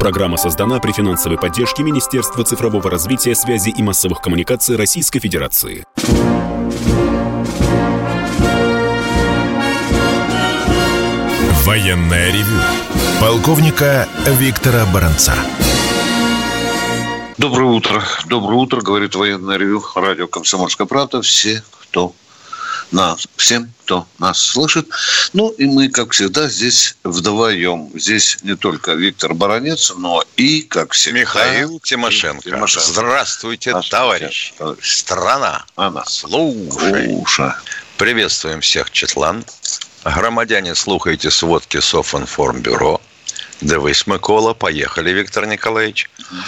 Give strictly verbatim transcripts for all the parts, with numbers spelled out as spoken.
Программа создана при финансовой поддержке Министерства цифрового развития, связи и массовых коммуникаций Российской Федерации. Военное ревю полковника Виктора Баранца. Доброе утро. Доброе утро, говорит Военное ревю, радио «Комсомольская правда». Все, кто нас, всем, кто нас слышит. Ну, и мы, как всегда, здесь вдвоем. Здесь не только Виктор Баранец, но и, как всегда, Михаил Тимошенко. Тимошенко. Здравствуйте, Здравствуйте, товарищи. товарищи. Страна. Она. Слушай. Слушай. Приветствуем всех, Четлан. Громадяне, слухайте сводки Софинформбюро. Дивись, Микола. Поехали, Виктор Николаевич.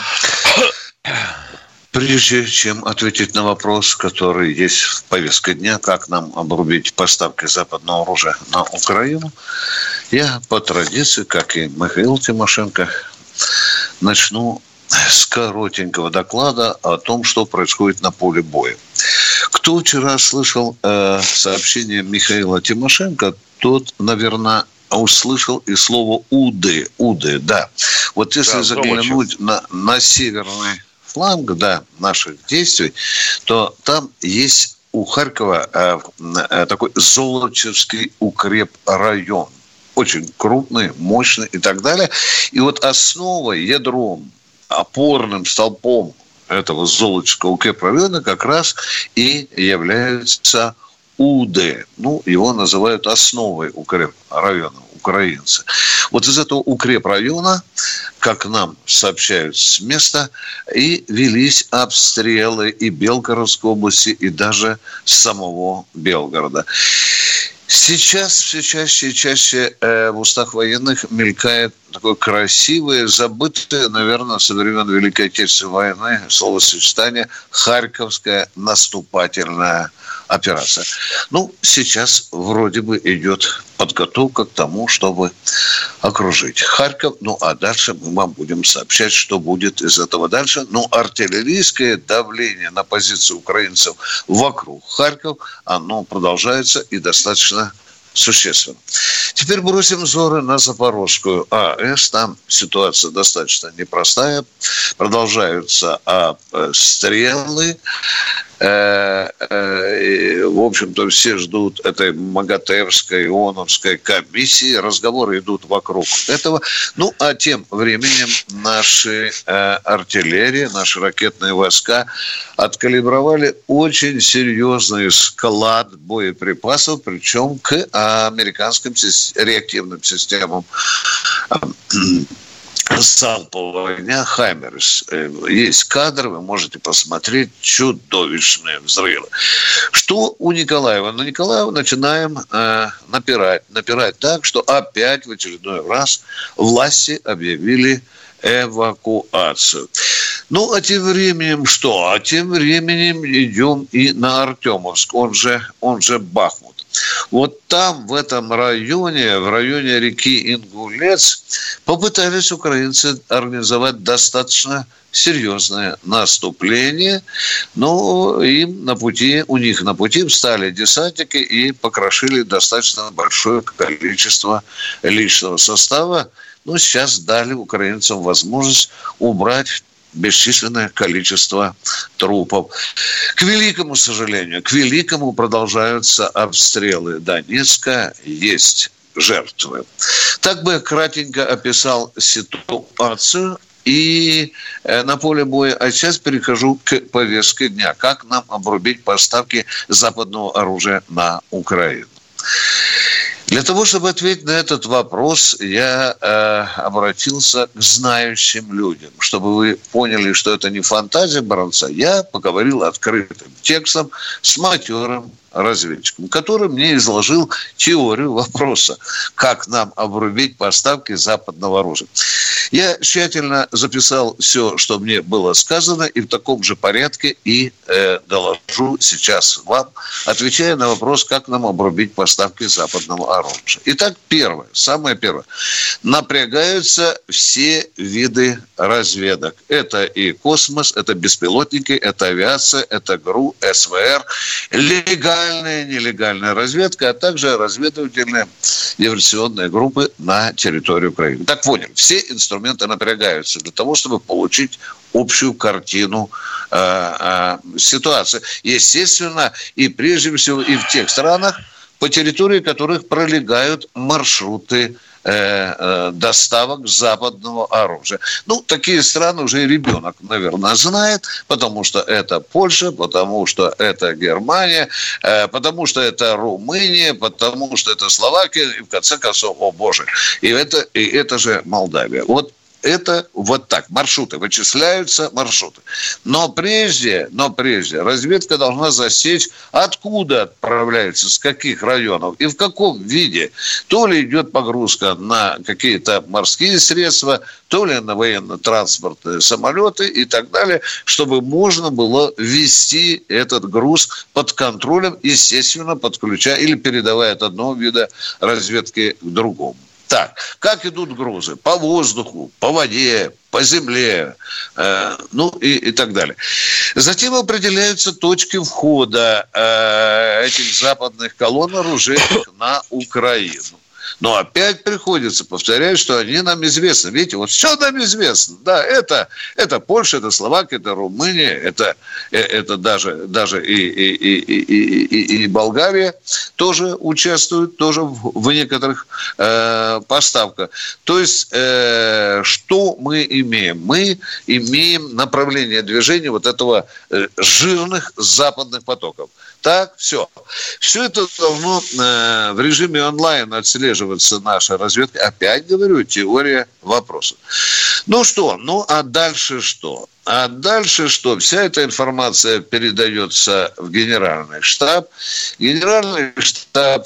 Прежде чем ответить на вопрос, который есть в повестке дня, как нам обрубить поставки западного оружия на Украину, я по традиции, как и Михаил Тимошенко, начну с коротенького доклада о том, что происходит на поле боя. Кто вчера слышал э, сообщение Михаила Тимошенко, тот, наверное, услышал и слово «уды». «Уды», да. Вот если да, заглянуть на, на северный фланг, да, наших действий, то там есть у Харькова э, э, такой Золочевский укрепрайон. Очень крупный, мощный и так далее. И вот основой, ядром, опорным столпом этого Золочевского укрепрайона как раз и является УД. Ну, его называют основой укрепрайона украинцы. Вот из этого укрепрайона, как нам сообщают с места, и велись обстрелы и Белгородской области, и даже самого Белгорода. Сейчас все чаще и чаще э, в устах военных мелькает такое красивое, забытое, наверное, со времен Великой Отечественной войны словосочетание «Харьковская наступательная операция». Ну, сейчас вроде бы идет подготовка к тому, чтобы окружить Харьков. Ну, а дальше мы вам будем сообщать, что будет из этого дальше. Ну, артиллерийское давление на позиции украинцев вокруг Харькова, оно продолжается и достаточно существенно. Теперь бросим взоры на Запорожскую АЭС. Там ситуация достаточно непростая. Продолжаются обстрелы. В общем-то, все ждут этой МАГАТЭвской, ООНовской комиссии. Разговоры идут вокруг этого. Ну, а тем временем наши артиллерии, наши ракетные войска откалибровали очень серьезный склад боеприпасов, причем к американским реактивным системам залпового огня «Хаймерс». Есть кадры, вы можете посмотреть, чудовищные взрывы. Что у Николаева? На Николаева начинаем э, напирать. Напирать так, что опять в очередной раз власти объявили эвакуацию. Ну, а тем временем что? А тем временем идем и на Артемовск, он же, он же Бахмут. Вот там, в этом районе, в районе реки Ингулец, попытались украинцы организовать достаточно серьезное наступление, но им на пути, у них на пути встали десантники и покрошили достаточно большое количество личного состава. Ну, сейчас дали украинцам возможность убрать бесчисленное количество трупов. К великому сожалению, к великому продолжаются обстрелы Донецка, есть жертвы. Так бы я кратенько описал ситуацию и на поле боя. А сейчас перехожу к повестке дня. Как нам обрубить поставки западного оружия на Украину? Для того, чтобы ответить на этот вопрос, я э, обратился к знающим людям. Чтобы вы поняли, что это не фантазия Баранца, я поговорил открытым текстом с матерым разведчиком, который мне изложил теорию вопроса, как нам обрубить поставки западного оружия. Я тщательно записал все, что мне было сказано, и в таком же порядке и э, доложу сейчас вам, отвечая на вопрос, как нам обрубить поставки западного оружия. Итак, первое, самое первое. Напрягаются все виды разведок. Это и космос, это беспилотники, это авиация, это ГРУ, СВР, легально легальная, нелегальная разведка, а также разведывательные диверсионные группы на территории Украины. Так понял, все инструменты напрягаются для того, чтобы получить общую картину э, э, ситуации. Естественно, и прежде всего и в тех странах, по территории которых пролегают маршруты доставок западного оружия. Ну, такие страны уже и ребенок, наверное, знает, потому что это Польша, потому что это Германия, потому что это Румыния, потому что это Словакия, и в конце концов, о боже, и это, и это же Молдавия. Вот это вот так. Маршруты. Вычисляются маршруты. Но прежде, но прежде разведка должна засечь, откуда отправляется, с каких районов и в каком виде. То ли идет погрузка на какие-то морские средства, то ли на военно-транспортные самолеты и так далее, чтобы можно было вести этот груз под контролем, естественно, подключая или передавая от одного вида разведки к другому. Так, как идут грузы? По воздуху, по воде, по земле, э, ну и, и так далее. Затем определяются точки входа э, этих западных колонн оружейных на Украину. Но опять приходится повторять, что они нам известны. Видите, вот все нам известно. Да, это, это Польша, это Словакия, это Румыния, это, это даже, даже и, и, и, и, и, и Болгария тоже участвует тоже в, в некоторых э, поставках. То есть, э, что мы имеем? Мы имеем направление движения вот этого э, жирных западных потоков. Так, все. Все это должно э, в режиме онлайн отслеживаться наша разведка. Опять говорю, теория вопроса. Ну что? Ну, а дальше что? А дальше что? Вся эта информация передается в Генеральный штаб. Генеральный штаб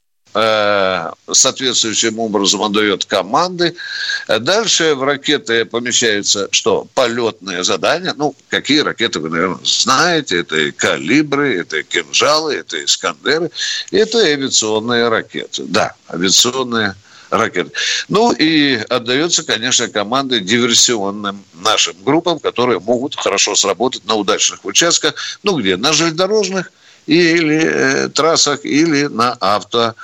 соответствующим образом отдает команды. Дальше в ракеты помещаются что? Полетные задания. Ну, какие ракеты вы, наверное, знаете. Это и калибры, это и кинжалы, это и искандеры, это и авиационные ракеты. Да, авиационные ракеты. Ну и отдается, конечно, команды диверсионным нашим группам, которые могут хорошо сработать на удачных участках. Ну, где? На железнодорожных или э, трассах, или на автотрассах.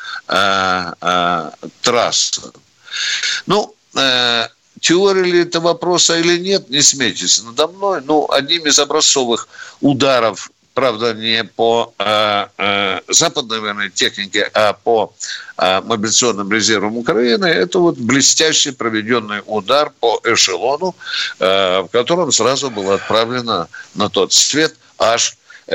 Э, э, ну, э, теория ли это вопроса или нет, не смейтесь надо мной. Ну, одним из образцовых ударов, правда, не по э, э, западной военной технике, а по э, мобилизационным резервам Украины, это вот блестящий проведенный удар по эшелону, э, в котором сразу было отправлено на тот свет аж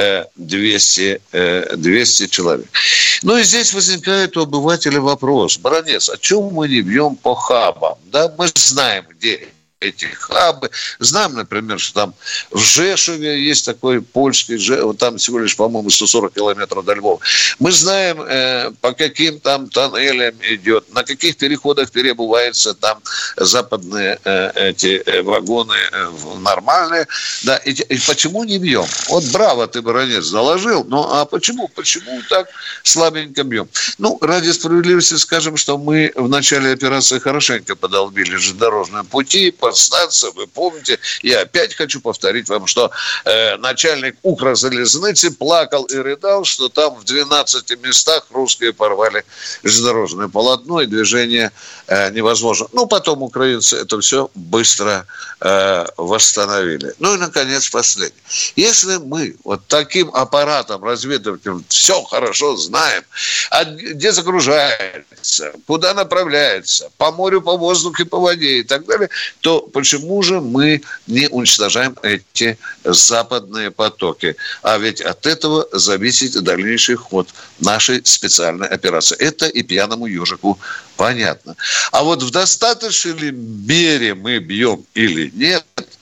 двести, двести человек. Ну и здесь возникает у обывателя вопрос. Баранец, а чего мы не бьем по хабам? Да, мы знаем, где эти хабы. Знаем, например, что там в Жешуве есть такой польский, там всего лишь, по-моему, сто сорок километров до Львова. Мы знаем, э, по каким там тоннелям идет, на каких переходах перебываются там западные э, эти э, вагоны э, нормальные. Да, и, и почему не бьем? Вот браво ты, баронец, заложил, ну а почему? Почему так слабенько бьем? Ну, ради справедливости скажем, что мы в начале операции хорошенько подолбили железнодорожные пути, подстанция, вы помните, я опять хочу повторить вам, что э, начальник Укрзалезницы плакал и рыдал, что там в двенадцати местах русские порвали железнодорожное полотно, и движение э, невозможно. Ну, потом украинцы это все быстро э, восстановили. Ну и, наконец, последнее. Если мы вот таким аппаратом разведывательным все хорошо знаем, а где загружается, куда направляется, по морю, по воздуху, по воде и так далее, то почему же мы не уничтожаем эти западные потоки? А ведь от этого зависит дальнейший ход нашей специальной операции. Это и пьяному ежику понятно. А вот в достаточной ли мере мы бьем или нет,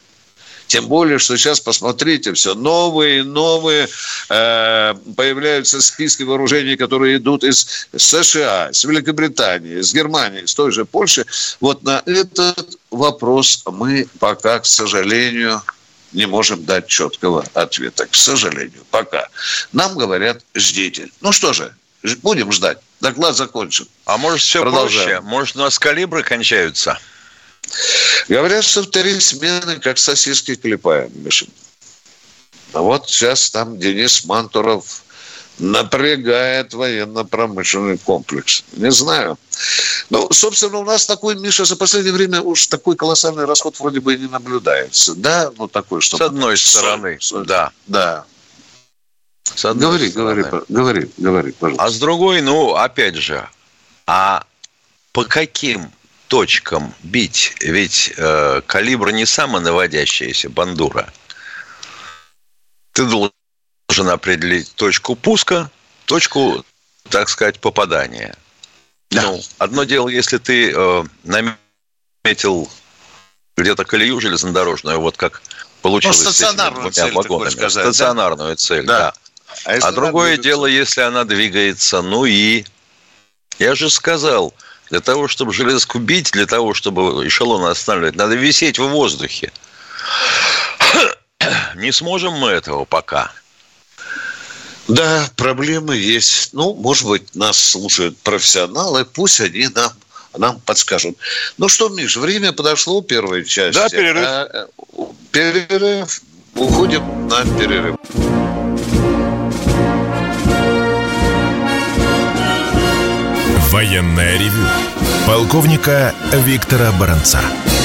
тем более, что сейчас, посмотрите, все новые и новые э, появляются списки вооружений, которые идут из США, из Великобритании, из Германии, из той же Польши. Вот на этот вопрос мы пока, к сожалению, не можем дать четкого ответа. К сожалению, пока. Нам говорят, ждите. Ну что же, будем ждать. Доклад закончен. А может, все проще? Может, у нас калибры кончаются? Говорят, что в три смены, как сосиски клепаем, Миша. А вот сейчас там Денис Мантуров напрягает военно-промышленный комплекс. Не знаю. Ну, собственно, у нас такой, Миша, за последнее время уж такой колоссальный расход вроде бы и не наблюдается. Да, ну такой, что... С одной стороны, соль, да. Да. С одной говори, стороны. говори, говори, говори, пожалуйста. А с другой, ну, опять же, а по каким точкам бить? Ведь э, калибр не самонаводящаяся бандура. Ты должен определить точку пуска, точку, так сказать, попадания. Да. Ну, одно дело, если ты э, наметил где-то колею железнодорожную, вот как получилось ну, с этими двумя цель, вагонами. Сказать, стационарную да? цель, да. да. А, а другое дело, если она двигается, ну и... Я же сказал, для того, чтобы железку бить, для того, чтобы эшелон останавливать, надо висеть в воздухе. Не сможем мы этого пока. Да, проблемы есть. Ну, может быть, нас слушают профессионалы, пусть они нам, нам подскажут. Ну что, Миш, время подошло первой части. Да, перерыв. А, перерыв. Уходим на перерыв. Военное ревю полковника Виктора Баранца.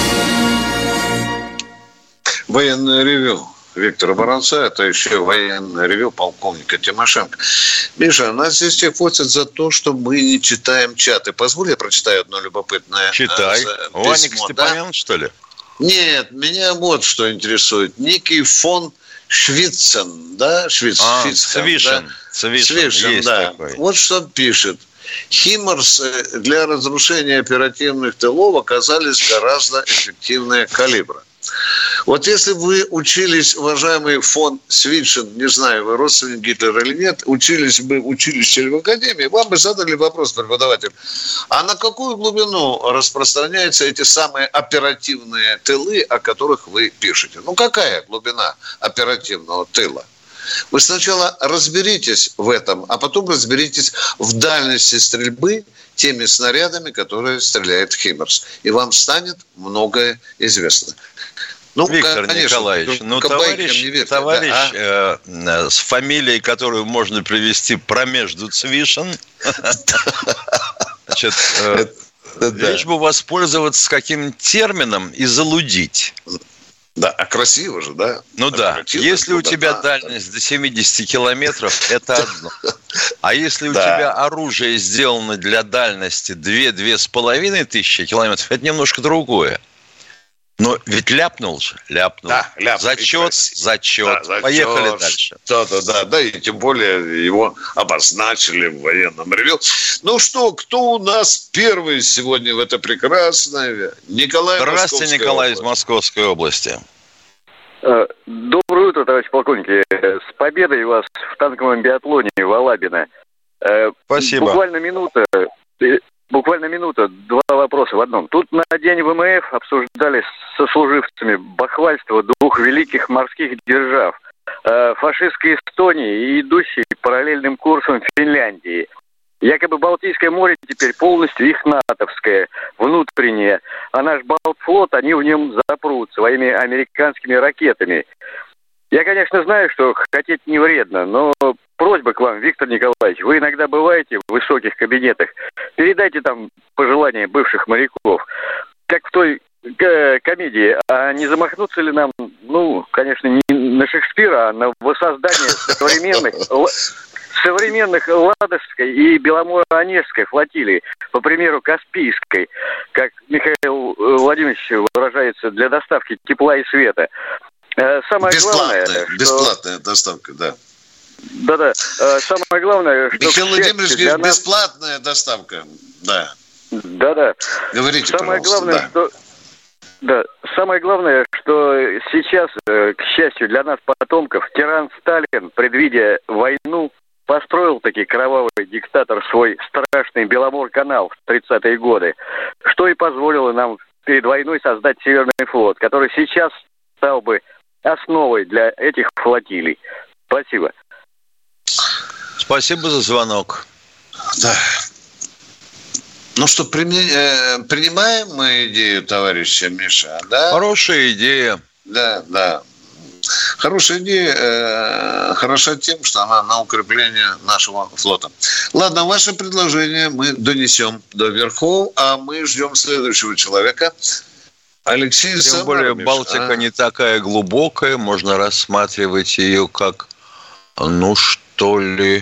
Военное ревю Виктора Баранца, это еще военное ревю полковника Тимошенко. Миша, нас здесь всех хватит за то, что мы не читаем чаты. Позволь, я прочитаю одно любопытное Читай. письмо. Ваник Степанян, да? Что ли? Нет, меня вот что интересует. Некий фон Швицен, да? Швиц, а, Швицен, Свишен. да? Свишен, Свишен, есть да. такой. Вот что он пишет. «Химарс для разрушения оперативных тылов оказались гораздо эффективнее калибра». Вот если бы вы учились, уважаемый фон Свитшин, не знаю, вы родственник Гитлера или нет, учились бы в училище или в академии, вам бы задали вопрос, преподаватель, а на какую глубину распространяются эти самые оперативные тылы, о которых вы пишете? Ну, какая глубина оперативного тыла? Вы сначала разберитесь в этом, а потом разберитесь в дальности стрельбы теми снарядами, которые стреляет Химмерс. И вам станет многое известно. Ну, Виктор конечно, Николаевич, ну, товарищ, верьте, товарищ да, а? э, с фамилией, которую можно привести промежду Цвишин, значит, лишь бы воспользоваться каким термином и залудить. Да, а красиво же, да? Ну да, если у тебя дальность до семьдесят километров, это одно. А если у тебя оружие сделано для дальности две-две с половиной тысячи километров, это немножко другое. Но ведь ляпнул же, ляпнул. Да, ляпнул. Зачет, зачет. Да, зачет. Поехали дальше. Да-да, да, да, и тем более его обозначили в военном ревю. Ну что, кто у нас первый сегодня в это прекрасное? Николай. Здравствуйте, Николай из Московской области. Доброе утро, товарищ полковник. С победой вас в танковом биатлоне в Алабино. Спасибо. Буквально минута. Буквально минута, два вопроса в одном. Тут на День ВМФ обсуждали со служивцами бахвальство двух великих морских держав. Э, фашистской Эстонии и идущей параллельным курсом Финляндии. Якобы Балтийское море теперь полностью их натовское, внутреннее. А наш Балтфлот, они в нем запрут своими американскими ракетами. Я, конечно, знаю, что хотеть не вредно, но просьба к вам, Виктор Николаевич, вы иногда бываете в высоких кабинетах, передайте там пожелания бывших моряков, как в той э, комедии, а не замахнуться ли нам, ну, конечно, не на Шекспира, а на воссоздание современных, современных Ладожской и Беломоро-Онежской флотилии, по примеру, Каспийской, как Михаил Владимирович выражается, для доставки тепла и света. Самое бесплатная, главное, что... бесплатная доставка, да. Да-да. Самое главное, что... Михаил Владимирович говорит, нас... бесплатная доставка, да. Да-да. Говорите, Самое пожалуйста. Главное, да. что... Да, самое главное, что сейчас, к счастью для нас, потомков, тиран Сталин, предвидя войну, построил таки кровавый диктатор свой страшный Беломор-канал в тридцатые годы, что и позволило нам перед войной создать Северный флот, который сейчас стал бы основой для этих флотилий. Спасибо. Спасибо за звонок. Да. Ну что, принимаем мы идею товарища Миша, да? Хорошая идея. Да, да. Хорошая идея, э, хороша тем, что она на укрепление нашего флота. Ладно, ваше предложение мы донесем до верхов, а мы ждем следующего человека. Алексей Тем Самара, более Миша, Балтика а? не такая глубокая, можно рассматривать ее как, ну что ли,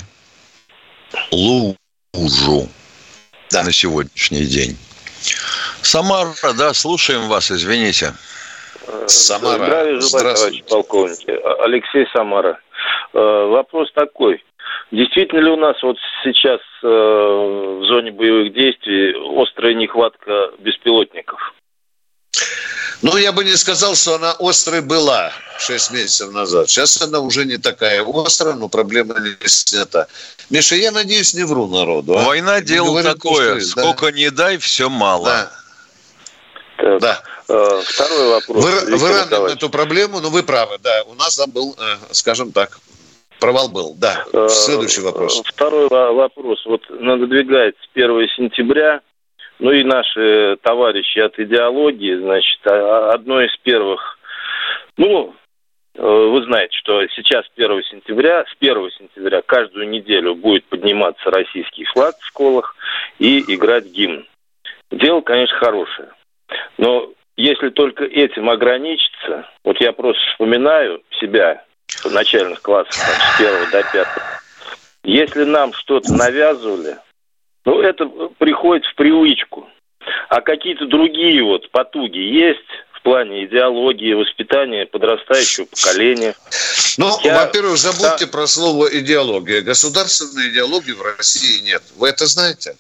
лужу Да. на сегодняшний день. Самара, да, слушаем вас, извините. Самара. Здравия желаю, товарищ полковник. Алексей, Самара. Вопрос такой. Действительно ли у нас вот сейчас в зоне боевых действий острая нехватка беспилотников? Ну, я бы не сказал, что она острой была шесть месяцев назад. Сейчас она уже не такая острая, но проблема не снята. Миша, я надеюсь, не вру народу. А? Война дело говорю, такое. что, Сколько да. не дай, все мало. Да. Так. Да. Второй вопрос. Вы, вы раним эту проблему, но вы правы. Да, у нас там был, скажем так, провал был. Да. Следующий вопрос. Второй вопрос. Вот надвигается первое сентября. Ну и наши товарищи от идеологии, значит, одно из первых, ну, вы знаете, что сейчас первого сентября, с первого сентября каждую неделю будет подниматься российский флаг в школах и играть гимн. Дело, конечно, хорошее. Но если только этим ограничиться, вот я просто вспоминаю себя в начальных классах, там, с первого до пятого, если нам что-то навязывали, ну, это приходит в привычку. А какие-то другие вот потуги есть в плане идеологии, воспитания подрастающего поколения? Ну, Я... во-первых, забудьте да. про слово идеология. Государственной идеологии в России нет. Вы это знаете?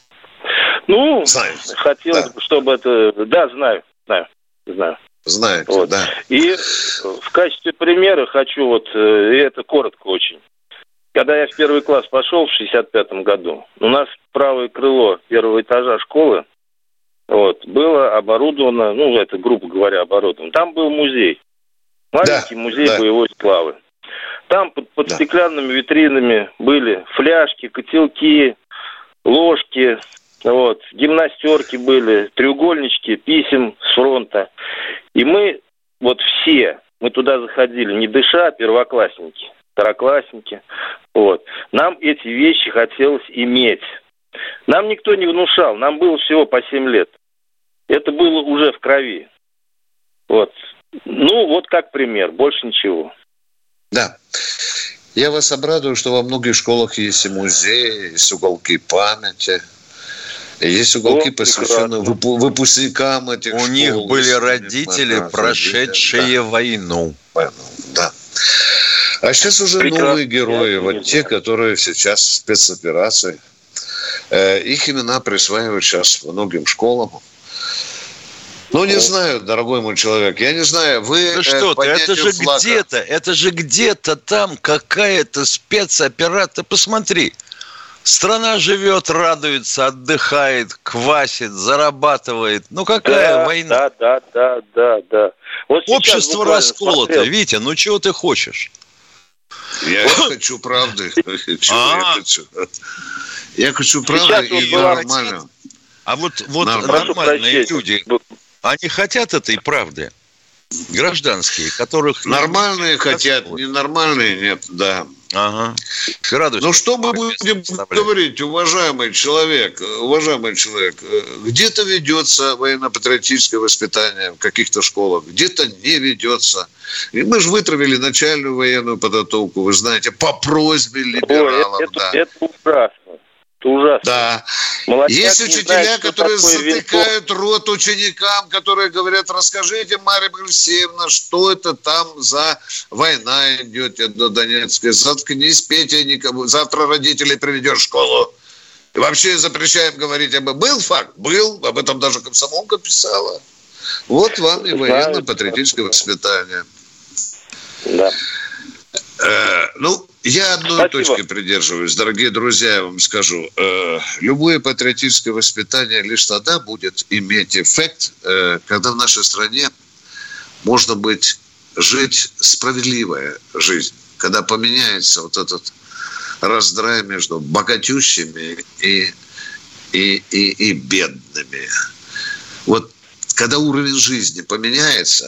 Ну, знаете. Хотелось да. бы, чтобы это... Да, знаю, знаю, знаю. Знаете, вот. да. И в качестве примера хочу вот, и это коротко очень. Когда я в первый класс пошел в шестьдесят пятом году, у нас правое крыло первого этажа школы вот, было оборудовано, ну, это, грубо говоря, оборудовано. Там был музей. Маленький да, музей да. боевой славы. Там под, под да. стеклянными витринами были фляжки, котелки, ложки, вот, гимнастерки были, треугольнички, писем с фронта. И мы, вот все, мы туда заходили, не дыша, первоклассники. второклассники. Вот. Нам эти вещи хотелось иметь. Нам никто не внушал. Нам было всего по семь лет. Это было уже в крови. Вот. Ну, вот как пример. Больше ничего. Да. Я вас обрадую, что во многих школах есть и музеи, есть уголки памяти. Есть уголки, О, посвященные выпу- выпускникам этих У школ. У них были родители, прошедшие да. войну. Да. А сейчас уже Прекрасно. новые герои, Я вот те, которые сейчас в спецоперации. Э, их имена присваивают сейчас многим школам. Ну, не знаю, дорогой мой человек, я не знаю, вы... Ну что ты, это же флага... где-то, это же где-то там какая-то спецоперация. Посмотри, страна живет, радуется, отдыхает, квасит, зарабатывает. Ну, какая да, война? Да, да, да, да, да. Вот Общество расколото. Смотрел. Витя, ну чего ты хочешь? Я хочу правды. Я хочу. Я хочу правды и ее нормально. А вот, вот нормальные люди, они хотят этой правды? Гражданские, которых... Нормальные хотят, ненормальные нет, да. Ага. Ну, что мы будем говорить, уважаемый человек, уважаемый человек, где-то ведется военно-патриотическое воспитание в каких-то школах, где-то не ведется. И мы же вытравили начальную военную подготовку, вы знаете, по просьбе либералов. Ой, это, да. это ужасно. Это ужасно. Да. Молодняк Есть учителя, знает, которые затыкают винтов. рот ученикам, которые говорят, расскажите, Марья Алексеевна, что это там за война идет до Донецка. Заткнись, Петя, никому. Завтра родителей приведешь в школу. И вообще запрещаем говорить об этом. Был факт? Был. Об этом даже комсомолка писала. Вот вам и военно-патриотическое воспитание. Да. Э, ну, я одной Спасибо. точки придерживаюсь, дорогие друзья, я вам скажу. Э, любое патриотическое воспитание лишь тогда будет иметь эффект, э, когда в нашей стране можно быть, жить справедливая жизнь, когда поменяется вот этот раздрай между богатющими и, и, и, и бедными. Вот когда уровень жизни поменяется,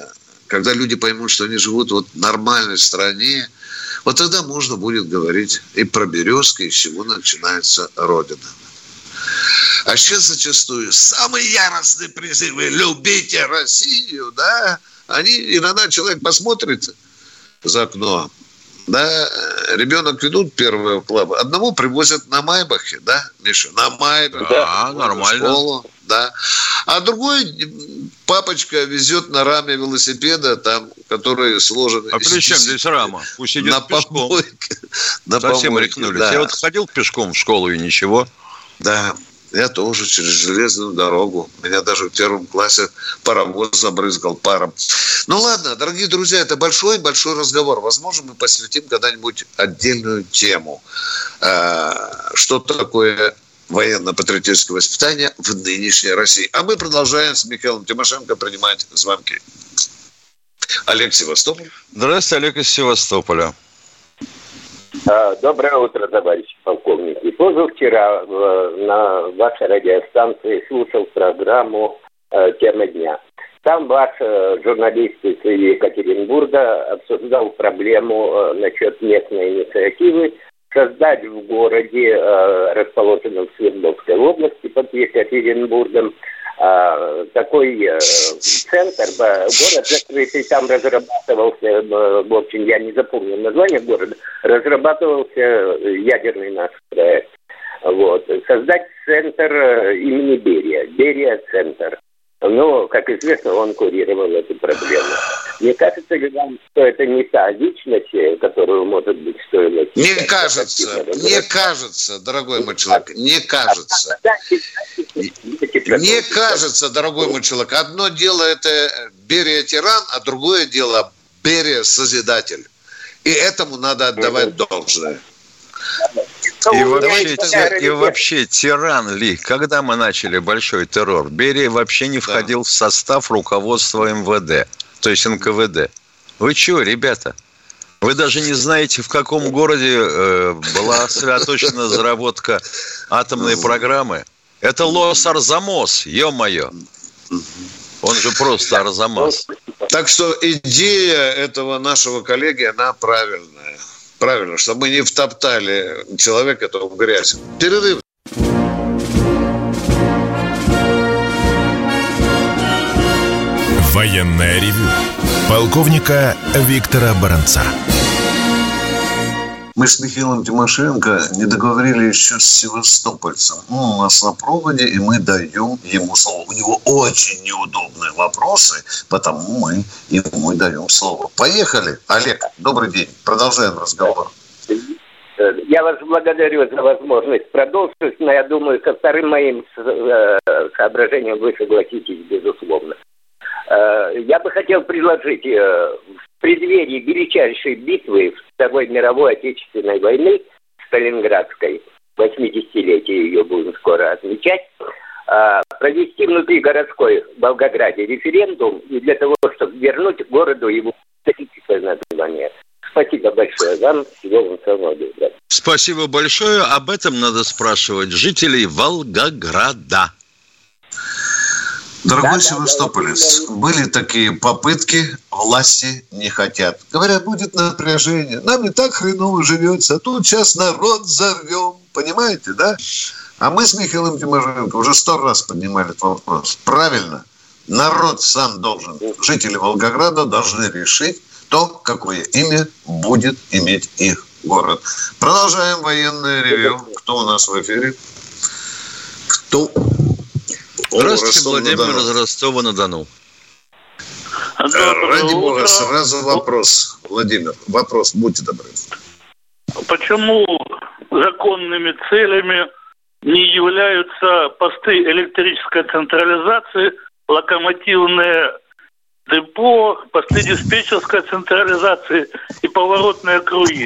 когда люди поймут, что они живут вот в нормальной стране, вот тогда можно будет говорить и про Березки, и с чего начинается Родина. А сейчас зачастую самые яростные призывы «любите Россию», да, они, иногда человек посмотрит за окно, да, ребенок ведут первого класса, одного привозят на Майбахе, да, Миша, на Майбахе, да, нормально, в школу, да, а другой папочка везет на раме велосипеда, там, которые сложены. А при чем здесь рама? Пусть идет на пешком. Помойке, на Совсем помойке, рехнулись. да. Я вот ходил пешком в школу и ничего. Да, я тоже через железную дорогу. Меня даже в первом классе паровоз забрызгал паром. Ну ладно, дорогие друзья, это большой-большой разговор. Возможно, мы посвятим когда-нибудь отдельную тему. Что такое военно-патриотическое воспитание в нынешней России. А мы продолжаем с Михаилом Тимошенко принимать звонки. Олег, Севастополь. Здравствуйте, Олег из Севастополя. Доброе утро, товарищи полковники. Позавчера на вашей радиостанции слушал программу «Тема дня». Там ваш журналист из Екатеринбурга обсуждал проблему насчет местной инициативы создать в городе, расположенном в Свердловской области под Екатеринбургом, такой центр, город закрытый, там разрабатывался, в общем, я не запомнил название города, разрабатывался ядерный наш проект. Вот. Создать центр имени Берия, Берия-центр. Но, как известно, он курировал эту проблему. Не кажется ли вам, что это не та личность, которую, может быть, стоило... Не кажется, не кажется, дорогой мой человек, не кажется. Не кажется, дорогой мой человек. Одно дело это Берия-тиран, а другое дело Берия-созидатель. И этому надо отдавать должное. И вообще, и вообще, тиран ли, когда мы начали большой террор, Берия вообще не входил да. в состав руководства эм вэ дэ, то есть эн ка вэ дэ. Вы чего, ребята? Вы даже не знаете, в каком городе э, была сосредоточена разработка атомной программы? Это Лос-Арзамас, ё-моё. Он же просто Арзамас. Так что идея этого нашего коллеги, она правильная. Правильно, чтобы мы не втоптали человека этого в грязь. Перерыв. Военное ревю полковника Виктора Баранца. Мы с Михаилом Тимошенко не договорили еще с севастопольцем. Он у нас на проводе, и мы даем ему слово. У него очень неудобные вопросы, потому мы ему даем слово. Поехали. Олег, добрый день. Продолжаем разговор. Я вас благодарю за возможность продолжить, но я думаю, со вторым моим соображением вы согласитесь, безусловно. Я бы хотел предложить в преддверии величайшей битвы Второй мировой Отечественной войны, Сталинградской, восьмидесятилетие ее будем скоро отмечать, провести внутригородской в Волгограде референдум и для того, чтобы вернуть городу его историческое название. Спасибо большое вам. Всего вам самого доброго. Спасибо большое. Об этом надо спрашивать жителей Волгограда. Дорогой да, севастополец, да, да, были такие попытки, власти не хотят. Говорят, будет напряжение. Нам и так хреново живется, а тут сейчас народ взорвем. Понимаете, да? А мы с Михаилом Тимошенко уже сто раз поднимали этот вопрос. Правильно. Народ сам должен, жители Волгограда должны решить то, какое имя будет иметь их город. Продолжаем военное ревью. Кто у нас в эфире? Кто? Здравствуйте, Владимир из Ростова-на-Дону. Ради бога, сразу вопрос. Владимир, вопрос, будьте добры. Почему законными целями не являются посты электрической централизации, локомотивные депо, посты диспетчерской централизации и поворотные круги?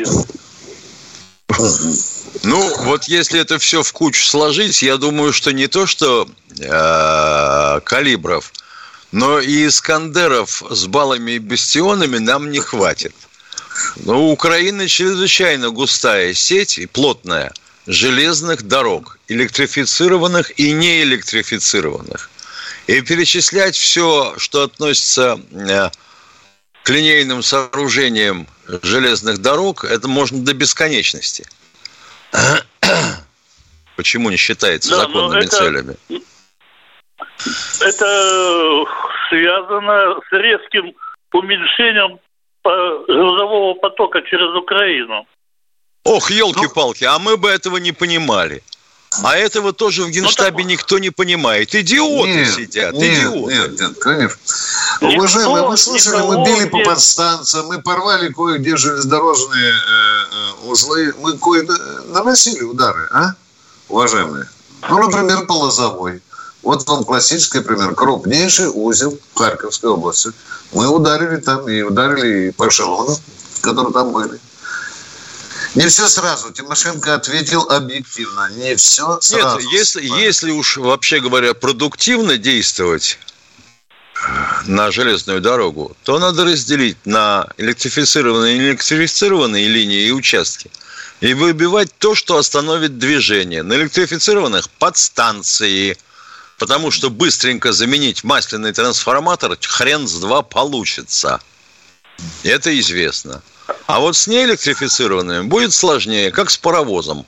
Ну, вот если это все в кучу сложить, я думаю, что не то, что э, калибров, но и искандеров с баллами и бастионами нам не хватит. Но у Украины чрезвычайно густая сеть и плотная железных дорог, электрифицированных и неэлектрифицированных. И перечислять все, что относится э, к линейным сооружениям железных дорог, это можно до бесконечности. Почему не считается да, законными это, целями? Это связано с резким уменьшением грузового потока через Украину. Ох, елки-палки, а мы бы этого не понимали. А этого тоже в Генштабе ну, никто не понимает. Идиоты нет, сидят, нет, идиоты. Нет, нет, конечно. Никто, Уважаемые, вы слышали, мы били по подстанциям, мы порвали кое-где железнодорожные э, узлы, мы кое наносили удары, а, уважаемые? Ну, например, по Лозовой. Вот вам классический пример. Крупнейший узел в Харьковской области. Мы ударили там, и ударили и по эшелонам, которые там были. Не все сразу. Тимошенко ответил объективно. Не все сразу. Нет, если, если уж, вообще говоря, продуктивно действовать на железную дорогу, то надо разделить на электрифицированные и неэлектрифицированные линии и участки. И выбивать то, что остановит движение. На электрифицированных подстанции. Потому что быстренько заменить масляный трансформатор хрен с два получится. Это известно. А вот с неэлектрифицированными будет сложнее, как с паровозом.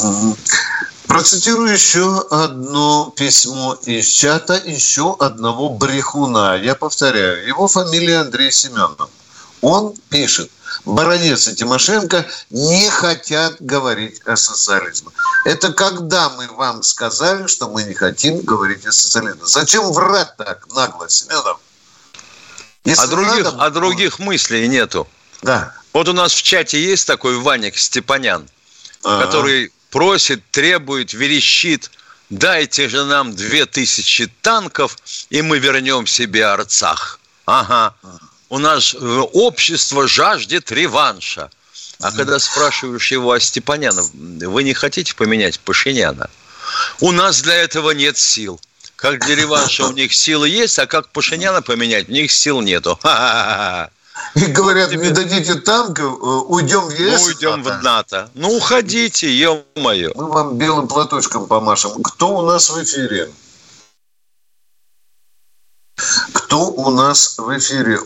Процитирую еще одно письмо из чата еще одного брехуна. Я повторяю, его фамилия Андрей Семенов. Он пишет: Баранец и Тимошенко не хотят говорить о социализме. Это когда мы вам сказали, что мы не хотим говорить о социализме? Зачем врать так нагло, Семенов? А других, надо... а других мыслей нету. Да. Вот у нас в чате есть такой Ваня Степанян, ага. который просит, требует, верещит: дайте же нам две тысячи танков, и мы вернем себе Арцах. Ага. У нас общество жаждет реванша. А когда спрашиваешь его о Степаняне, вы не хотите поменять Пашиняна? У нас для этого нет сил. Как для реванша у них силы есть, а как Пашиняна поменять, у них сил нету. Ха-ха-ха. И говорят, не дадите танков, уйдем в ЕС. Ну, уйдем в НАТО. Ну, уходите, ё-моё. Мы вам белым платочком помашем. Кто у нас в эфире? Кто у нас в эфире?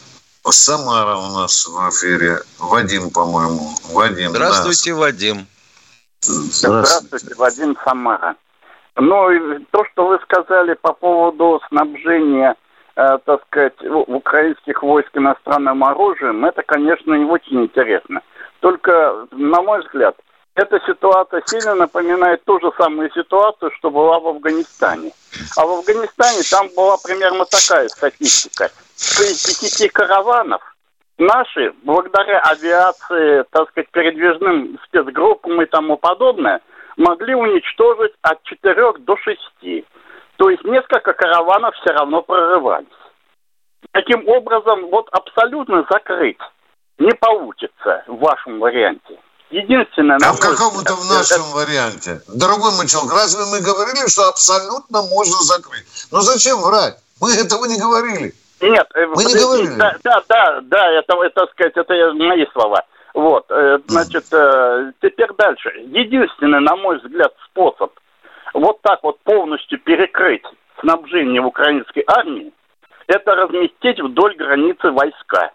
Самара у нас в эфире. Вадим, по-моему. Вадим. Здравствуйте, да. Вадим. Здравствуйте. Здравствуйте, Вадим, Самара. Ну, то, что вы сказали по поводу снабжения, э, так сказать, украинских войск иностранным оружием, это, конечно, не очень интересно. Только, на мой взгляд, эта ситуация сильно напоминает ту же самую ситуацию, что была в Афганистане. А в Афганистане там была примерно такая статистика. Из десяти караванов наши, благодаря авиации, так сказать, передвижным спецгруппам и тому подобное, могли уничтожить от четырех до шести. То есть несколько караванов все равно прорывались. Таким образом, вот абсолютно закрыть не получится в вашем варианте. Единственное... А в каком-то в нашем это... варианте? Дорогой мой человек, разве мы говорили, что абсолютно можно закрыть? Ну зачем врать? Мы этого не говорили. Нет, мы не говорили. Да, да, да, да, это, это, так сказать, это мои слова. Вот, значит, теперь дальше. Единственный, на мой взгляд, способ вот так вот полностью перекрыть снабжение украинской армии, это разместить вдоль границы войска.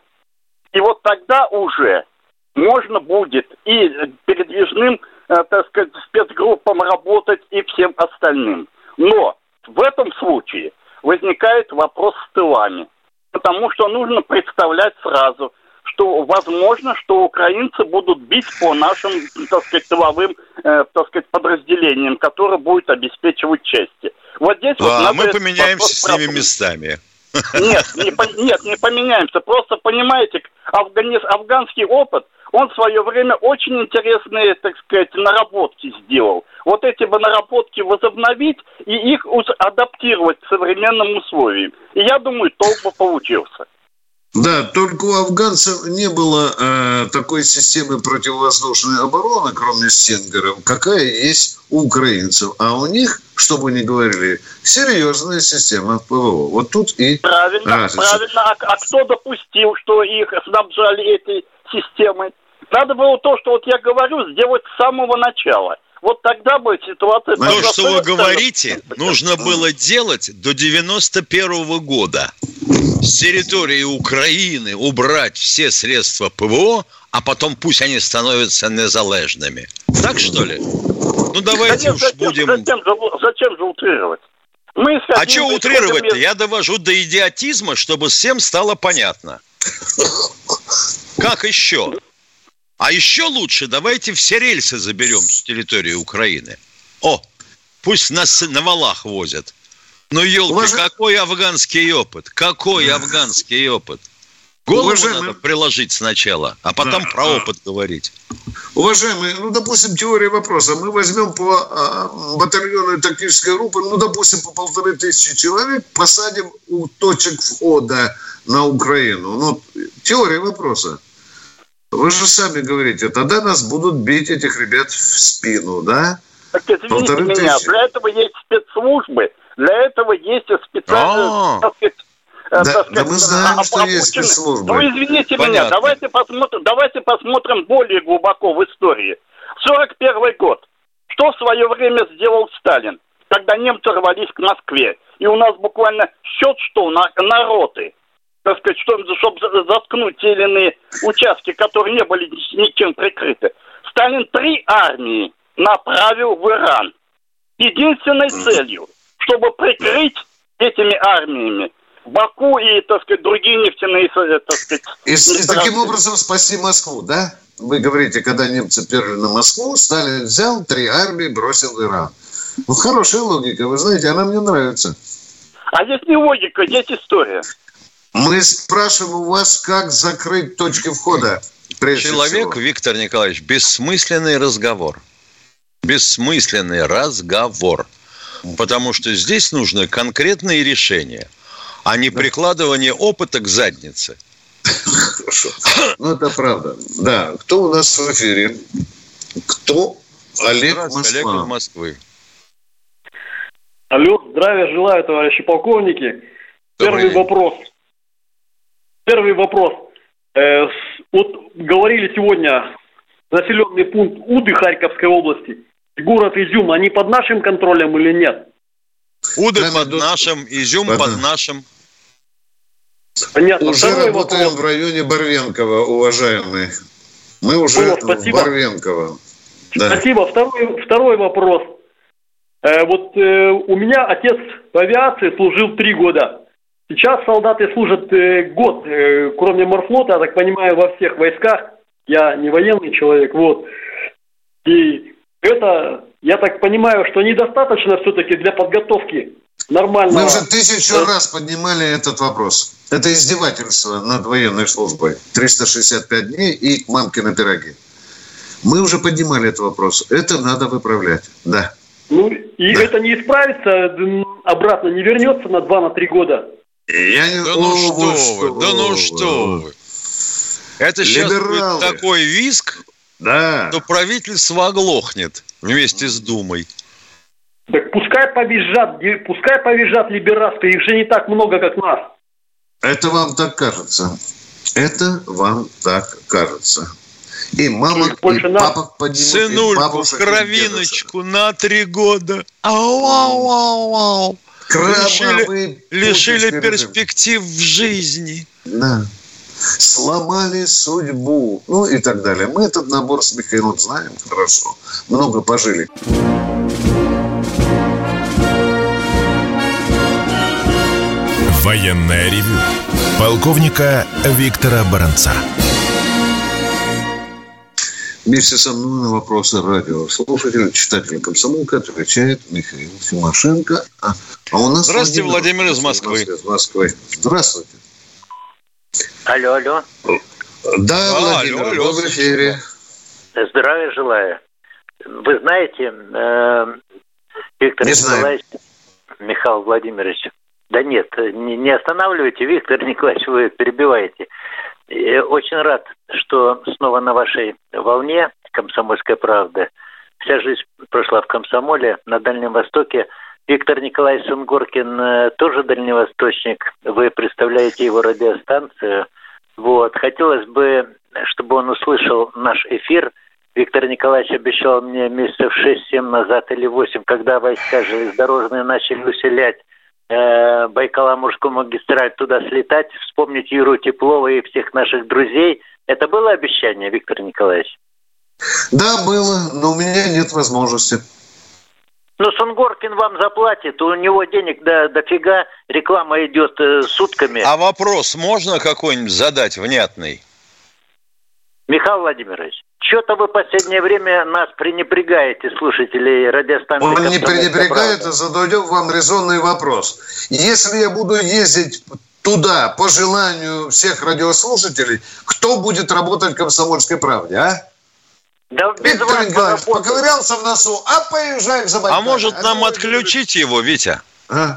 И вот тогда уже можно будет и передвижным, так сказать, спецгруппам работать, и всем остальным. Но в этом случае возникает вопрос с тылами. Потому что нужно представлять сразу, что возможно, что украинцы будут бить по нашим, так сказать, тыловым, э, так сказать, подразделениям, которые будут обеспечивать части. Вот здесь а, вот надо мы поменяемся с ними местами. Нет, не, нет, не поменяемся. Просто, понимаете, афгани, афганский опыт, он в свое время очень интересные, так сказать, наработки сделал. Вот эти бы наработки возобновить и их адаптировать к современным условиям. И я думаю, толк бы получился. Да, только у афганцев не было э, такой системы противовоздушной обороны, кроме стенгеров, какая есть у украинцев. А у них, что бы ни говорили, серьезная система ПВО. Вот тут и правильно, разница. Правильно. А, а кто допустил, что их снабжали этой системой? Надо было то, что вот я говорю, сделать с самого начала. вот тогда бы ситуация... То, что вы говорите, нужно было делать до девяносто первого года. С территории Украины убрать все средства ПВО, а потом пусть они становятся незалежными. Так, что ли? Ну, давайте да нет, уж зачем, будем... Зачем же, зачем же утрировать? Мы а что утрировать-то? Я довожу до идиотизма, чтобы всем стало понятно. Как еще? А еще лучше давайте все рельсы заберем с территории Украины. О, пусть нас на валах возят. Ну, елки, Уважаем... какой афганский опыт? Какой афганский опыт? Голову Уважаемый... надо приложить сначала, а потом да, про да. опыт говорить. Уважаемые, ну, допустим, теория вопроса. Мы возьмем по а, батальону и тактической группы, ну, допустим, по полторы тысячи человек, посадим у точек входа на Украину. Ну, теория вопроса. Вы же сами говорите, тогда нас будут бить, этих ребят, в спину, да? Так, извините полторы меня, тысячи. Для этого есть спецслужбы, для этого есть специальные... Да, да, да мы знаем, а, что есть спецслужбы. Ну, извините Понятно. меня, давайте посмотрим, давайте посмотрим более глубоко в истории. сорок первый год. Что в свое время сделал Сталин, когда немцы рвались к Москве? И у нас буквально счет что на, на роты. Так сказать, чтобы, чтобы заткнуть те или иные участки, которые не были ничем прикрыты. Сталин три армии направил в Иран. Единственной целью, чтобы прикрыть этими армиями Баку и, так сказать, другие нефтяные, так сказать... И, и таким образом спасти Москву, да? Вы говорите, когда немцы перли на Москву, Сталин взял три армии, бросил в Иран. Ну, хорошая логика, вы знаете, она мне нравится. А здесь не логика, здесь история. Мы спрашиваем у вас, как закрыть точки входа. Человек, всего. Виктор Николаевич, бессмысленный разговор. Бессмысленный разговор. Потому что здесь нужны конкретные решения, а не да. прикладывание опыта к заднице. Хорошо. Ну, это правда. Да. Кто у нас в эфире? Кто? Олег Москва. Олег из Москвы. Алло, здравия желаю, товарищи полковники. Добрый Первый день. вопрос. Первый вопрос. Э, вот говорили сегодня, населенный пункт Уды Харьковской области, город Изюм, они под нашим контролем или нет? Уды да, под нашим, Изюм под, под нашим. Понятно. Уже Второй работаем вопрос. В районе Барвенкова, уважаемые. Мы уже О, в Барвенково. Да. Спасибо. Второй, второй вопрос. Э, вот э, у меня отец в авиации служил три года. Сейчас солдаты служат э, год, э, кроме морфлота, я так понимаю, во всех войсках. Я не военный человек, вот. И это, я так понимаю, что недостаточно все-таки для подготовки нормального... Мы уже тысячу э... раз поднимали этот вопрос. Это издевательство над военной службой. триста шестьдесят пять дней и мамкины пироги. Мы уже поднимали этот вопрос. Это надо выправлять, да. Ну, и да. это не исправится, обратно не вернется на два-три года. Я не... Да ну что вы, что да ну что вы. Это сейчас будет такой визг, да. что правительство оглохнет вместе с Думой. Так пускай повизжат, пускай повизжат либерасты, их же не так много, как нас. Это вам так кажется. Это вам так кажется. И мама, и папа поднимут. Сынульку, кровиночку на три года. Ау-ау-ау-ау. Лишили, лишили перспектив в жизни. Да. Сломали судьбу. Ну и так далее. Мы этот набор с Михаилом знаем хорошо. Много пожили. Военное ревю полковника Виктора Баранца. Вместе со мной на вопросы радиослушателя, читателя «Комсомолка» отвечает Михаил Тимошенко. А, а у нас Здравствуйте, Владимир, Владимир из Москвы. Из Москвы. Здравствуйте. Алло, алло. Да, а, Владимир, алло, алло, в эфире. Здравия желаю. Вы знаете, э, Виктор не Николаевич, знаю. Михаил Владимирович, да нет, не, не останавливайте, Виктор Николаевич, вы перебиваете. Я очень рад, что снова на вашей волне «Комсомольская правда». Вся жизнь прошла в комсомоле на Дальнем Востоке. Виктор Николаевич Сунгоркин тоже дальневосточник. Вы представляете его радиостанцию. Вот. Хотелось бы, чтобы он услышал наш эфир, Виктор Николаевич обещал мне месяцев шесть-семь назад или восемь, когда войска железнодорожные начали усилять э, Байкало-Амурскую магистраль, туда слетать, вспомнить Юру Теплова и всех наших друзей. Это было обещание, Виктор Николаевич? Да, было, но у меня нет возможности. Ну, Сунгоркин вам заплатит, у него денег до, дофига, реклама идет э, сутками. А вопрос можно какой-нибудь задать внятный? Михаил Владимирович, что-то вы в последнее время нас пренебрегаете, слушателей радиостанции. Он не пренебрегает, а задаем вам резонный вопрос. Если я буду ездить туда по желанию всех радиослушателей, кто будет работать в «Комсомольской правде», а? Да без Виктор вас Николаевич поковырялся в носу, а поезжай к Забайкалье. А может а нам отключить его, Витя? А?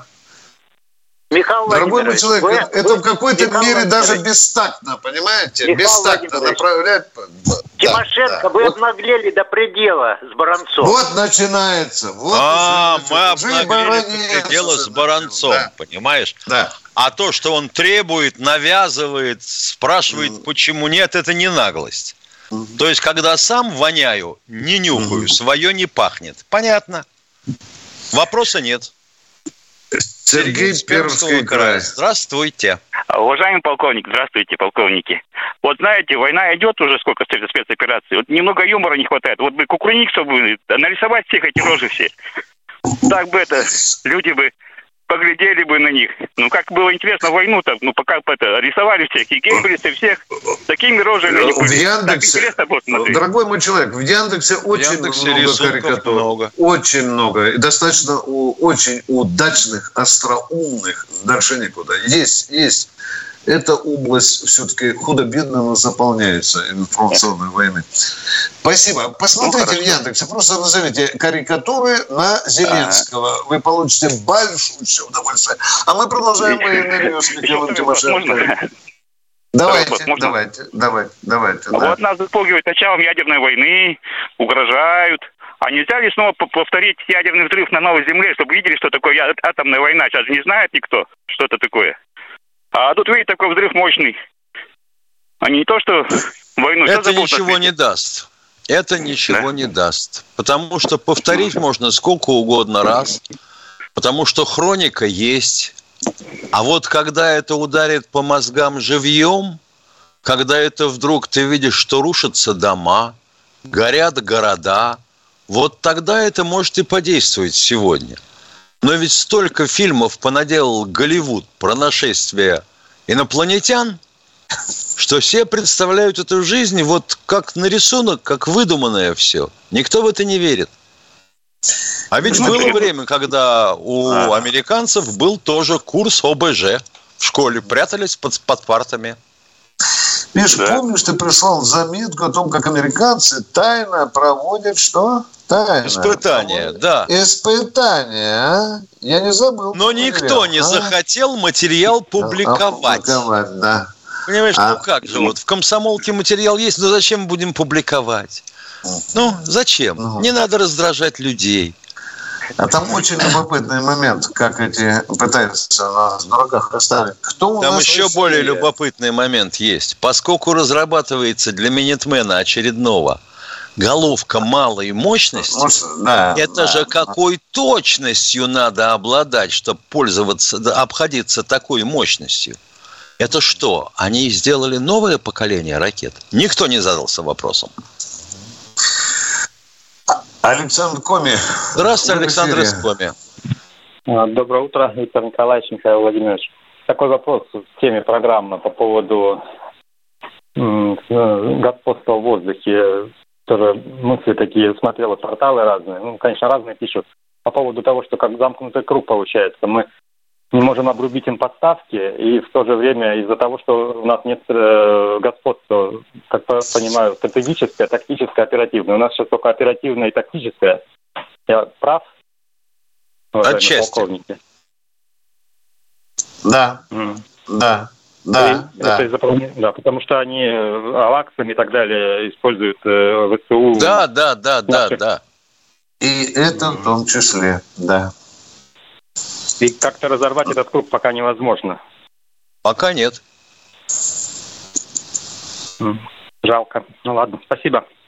Михаил Дорогой мой человек, вы, это вы, в какой-то Михаил мере даже бестактно, понимаете? Михаил бестактно направлять. Тимошенко, да, да. Вы вот обнаглели до предела с Баранцом. Вот начинается. Вот а, уже, мы уже обнаглели до предела с Баранцом, да. Понимаешь? Да. А то, что он требует, навязывает, спрашивает, mm. почему нет, это не наглость. Mm-hmm. То есть, когда сам воняю, не нюхаю, mm-hmm. свое не пахнет. Понятно. Вопроса нет. Сергей, Пермский край. Здравствуйте. Уважаемый полковник, здравствуйте, полковники. Вот знаете, война идет уже сколько спецопераций. Вот немного юмора не хватает. Вот бы Кукрыниксов бы нарисовать всех эти рожи все. Так бы это, люди бы поглядели бы на них. Ну, как было интересно войну-то, ну, пока это, рисовали всех, и Гейбриса, всех такими рожами. Они в Яндексе, дорогой мой человек, в Яндексе в очень Яндексе много карикатур. Много. Очень много. И достаточно у, очень удачных, остроумных. Дальше некуда. Есть, есть. Эта область все-таки худо-бедно, но заполняется информационной войны. Спасибо. Посмотрите ну, в Яндексе, просто назовите карикатуры на Зеленского. А-а-а. Вы получите большое удовольствие. А мы продолжаем военный с Михаилом Тимошенко. Давайте, давайте, давайте, давайте. Вот да. Нас запугивают началом ядерной войны, угрожают. А нельзя ли снова повторить ядерный взрыв на новой земле, чтобы видели, что такое атомная война? Сейчас не знает никто, что это такое. А тут, видите, такой взрыв мощный. А не то, что войну... Это ничего не даст. Это ничего да? не даст. Потому что повторить можно сколько угодно раз. Потому что хроника есть. А вот когда это ударит по мозгам живьем, когда это вдруг ты видишь, что рушатся дома, горят города, вот тогда это может и подействовать сегодня. Но ведь столько фильмов понаделал Голливуд про нашествие инопланетян, что все представляют эту жизнь вот как на рисунок, как выдуманное все. Никто в это не верит. А ведь было время, когда у американцев был тоже курс О Б Ж. В школе прятались под, под партами. Миш, да. Помнишь, ты прислал заметку о том, как американцы тайно проводят что? Тайно. Испытания, проводят. Да. Испытания, а? Я не забыл. Но никто не а? захотел материал публиковать. Публиковать, да. Понимаешь, а? ну как же, вот в «Комсомолке» материал есть, но зачем будем публиковать? Ну, зачем? Ну. Не надо раздражать людей. А там очень любопытный момент, как эти пытаются нас в дураках оставить. Кто у там нас еще Россия? Более любопытный момент есть. Поскольку разрабатывается для Минитмена очередного головка малой мощности, Может, да, это да, же какой да. точностью надо обладать, чтобы пользоваться, обходиться такой мощностью. Это что, они сделали новое поколение ракет? Никто не задался вопросом. Александр Коми. Здравствуйте, Александр из Коми. Доброе утро, Виктор Николаевич, Михаил Владимирович. Такой вопрос в теме программы по поводу господства в воздухе. Тоже мысли такие, смотрела порталы разные. Ну, конечно, разные пишут. По поводу того, что как замкнутый круг получается. Мы не можем обрубить им подставки, и в то же время из-за того, что у нас нет э, господства, как я понимаю, стратегическое, тактическое, оперативное. У нас сейчас только оперативное и тактическое. Я прав? Отчасти. Полковники? Да, mm. да, да, да. Это из-за, да. Потому что они аваксом и так далее используют э, ВСУ. Да, да, да, да, наших... да. И это в том числе, да. И как-то разорвать этот круг пока невозможно. Пока нет. Жалко. Ну ладно, спасибо.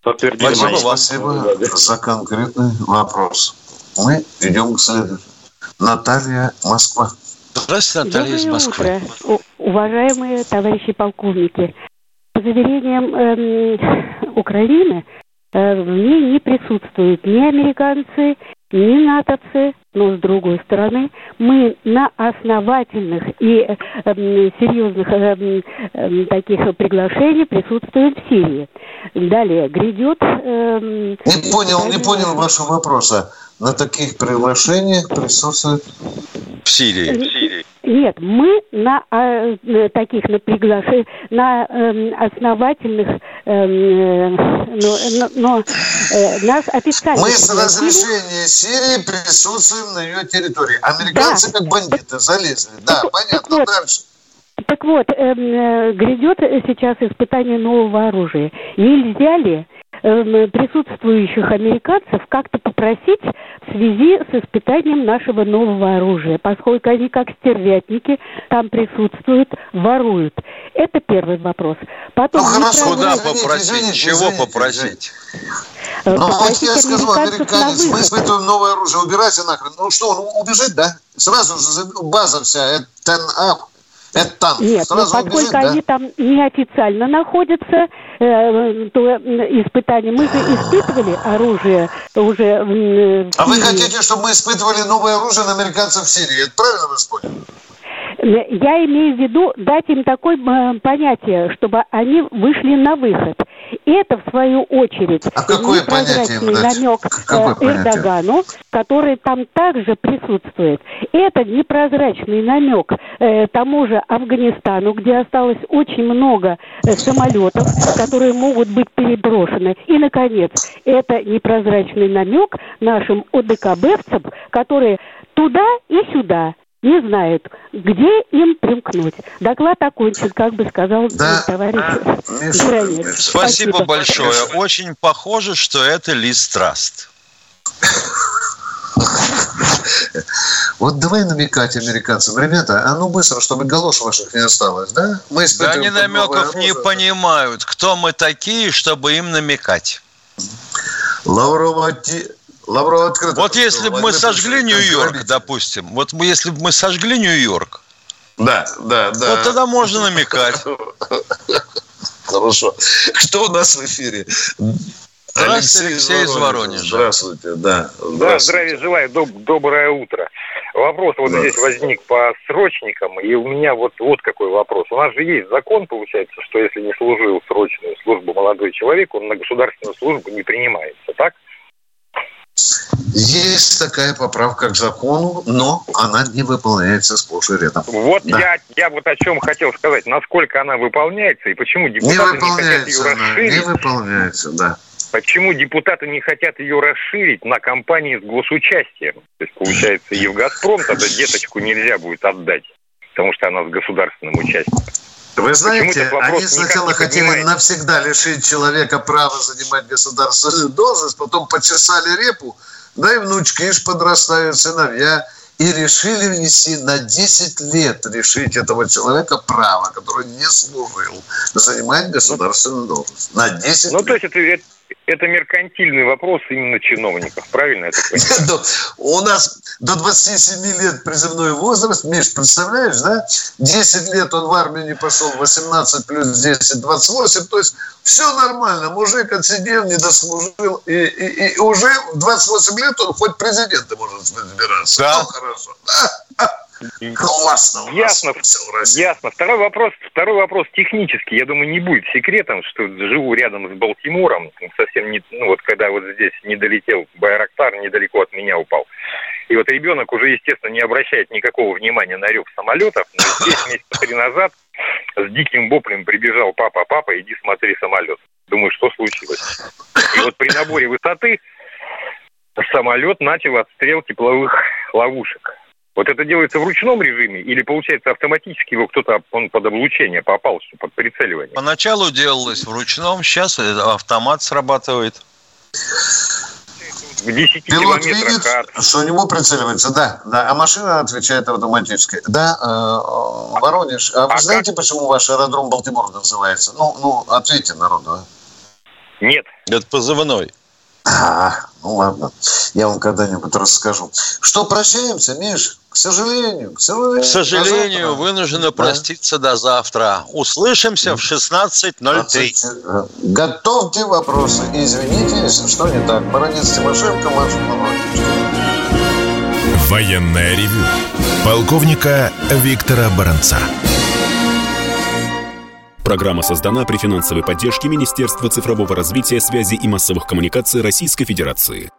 Спасибо, спасибо за конкретный вопрос. Мы идем к следующему. Наталья, Москва. Здравствуйте, Наталья из Москвы. Утро, уважаемые товарищи полковники. По заверениям э, Украины, э, в ней не присутствуют ни американцы, ни натовцы, но с другой стороны, мы на основательных и э, э, серьезных э, э, таких приглашениях присутствуем в Сирии. Далее грядет... Э, не понял, не понял вашего вопроса. На таких приглашениях присутствуют в Сирии. В Сирии. Нет, мы на э, таких на приглашениях, на э, основательных, э, но, но, но э, нас официально... Мы с разрешения Сирии присутствуем на ее территории. Американцы да. как бандиты залезли. Да, так, понятно, так вот, дальше. Так вот, э, э, грядет сейчас испытание нового оружия. Нельзя ли присутствующих американцев как-то попросить в связи с испытанием нашего нового оружия, поскольку они как стервятники там присутствуют, воруют. Это первый вопрос. Потом, ну хорошо, куда попросить? Извините, Чего извините, попросить? Ну вот я скажу, американец, мы испытываем новое оружие, убирайся нахрен. Ну что, он убежит, да? Сразу же база вся, это Это там. Нет, но поскольку убежит, они да? там неофициально находятся, э, то испытания... Мы же испытывали оружие уже... Э, а вы хотите, чтобы мы испытывали новое оружие на американцев в Сирии? Это правильно вас понял? Я имею в виду дать им такое э, понятие, чтобы они вышли на выход. Это, в свою очередь, а непрозрачный намек э, Эрдогану, который там также присутствует. Это непрозрачный намек э, тому же Афганистану, где осталось очень много э, самолетов, которые могут быть переброшены. И, наконец, это непрозрачный намек нашим ОДКБовцам, которые туда и сюда не знают, где им примкнуть. Доклад окончен, как бы сказал да. товарищ Гранец. Спасибо, Спасибо большое. Очень похоже, что это Лиз Траст. Вот давай намекать американцам. Ребята, а ну быстро, чтобы галош ваших не осталось, да? Мы да они намеков не понимают, кто мы такие, чтобы им намекать. Лаврова... Лавров открыто. Вот если бы мы сожгли Нью-Йорк, допустим, вот мы, если бы мы сожгли Нью-Йорк, да, да, да. Вот тогда можно намекать. Хорошо. Кто у нас в эфире? Здравствуйте, Алексей из Воронежа. Здравствуйте, да. Да, здравия желаю, доб- доброе утро. Вопрос вот да. здесь возник по срочникам, и у меня вот, вот какой вопрос. У нас же есть закон, получается, что если не служил срочную службу молодой человек, он на государственную службу не принимается, так? Есть такая поправка к закону, но она не выполняется сплошь и рядом. Вот да. я, я вот о чем хотел сказать, насколько она выполняется и почему депутаты не, не хотят ее расширить. Не выполняется, да. Почему депутаты не хотят ее расширить на компании с госучастием? То есть, получается, и в «Газпром» тогда деточку нельзя будет отдать, потому что она с государственным участием. Вы знаете, они сначала хотели навсегда лишить человека права занимать государственную должность, потом почесали репу, да и внучки ж подрастают, сыновья, и решили внести на десять лет решить этого человека права, который не служил, занимать государственную должность. На десять ну, лет. То есть это, это, это меркантильный вопрос именно чиновников, правильно это понимаю? У нас до двадцати семи лет призывной возраст, Миш, представляешь, да? десять лет он в армию не пошел, восемнадцать плюс десять, двадцать восемь, то есть все нормально, мужик отсидел, не дослужил, и, и, и уже в двадцать восемь лет он хоть президентом может избираться. Да. Ну, хорошо. Классно. Ясно. Ясно. Второй вопрос, второй вопрос технический. Я думаю, не будет секретом, что живу рядом с Балтимором. Совсем не, ну вот когда вот здесь не долетел Байрактар, недалеко от меня упал. И вот ребенок уже, естественно, не обращает никакого внимания на рев самолетов. Но здесь месяца три назад с диким воплем прибежал: папа, папа, иди смотри самолет. Думаю, что случилось? И вот при наборе высоты самолет начал отстрел тепловых ловушек. Вот это делается в ручном режиме или, получается, автоматически его кто-то он под облучение попал, что под прицеливание? Поначалу делалось в ручном, сейчас автомат срабатывает. В десяти Пилот километрах видит, от... что у него прицеливается, да, да, а машина отвечает автоматически. Да, э, Воронеж, а вы а знаете, как? Почему ваш аэродром Балтимор называется? Ну, ну, ответьте народу. Нет. Это позывной. А, ну ладно, я вам когда-нибудь расскажу. Что, прощаемся, Миш? К сожалению, к сожалению. К сожалению, вынуждены да? проститься до завтра. Услышимся в шестнадцать ноль три. Готовьте вопросы. Извините, если что не так. Баронец Тимошенко, маршал Владимирович. Военное ревю полковника Виктора Баранца. Программа создана при финансовой поддержке Министерства цифрового развития, связи и массовых коммуникаций Российской Федерации.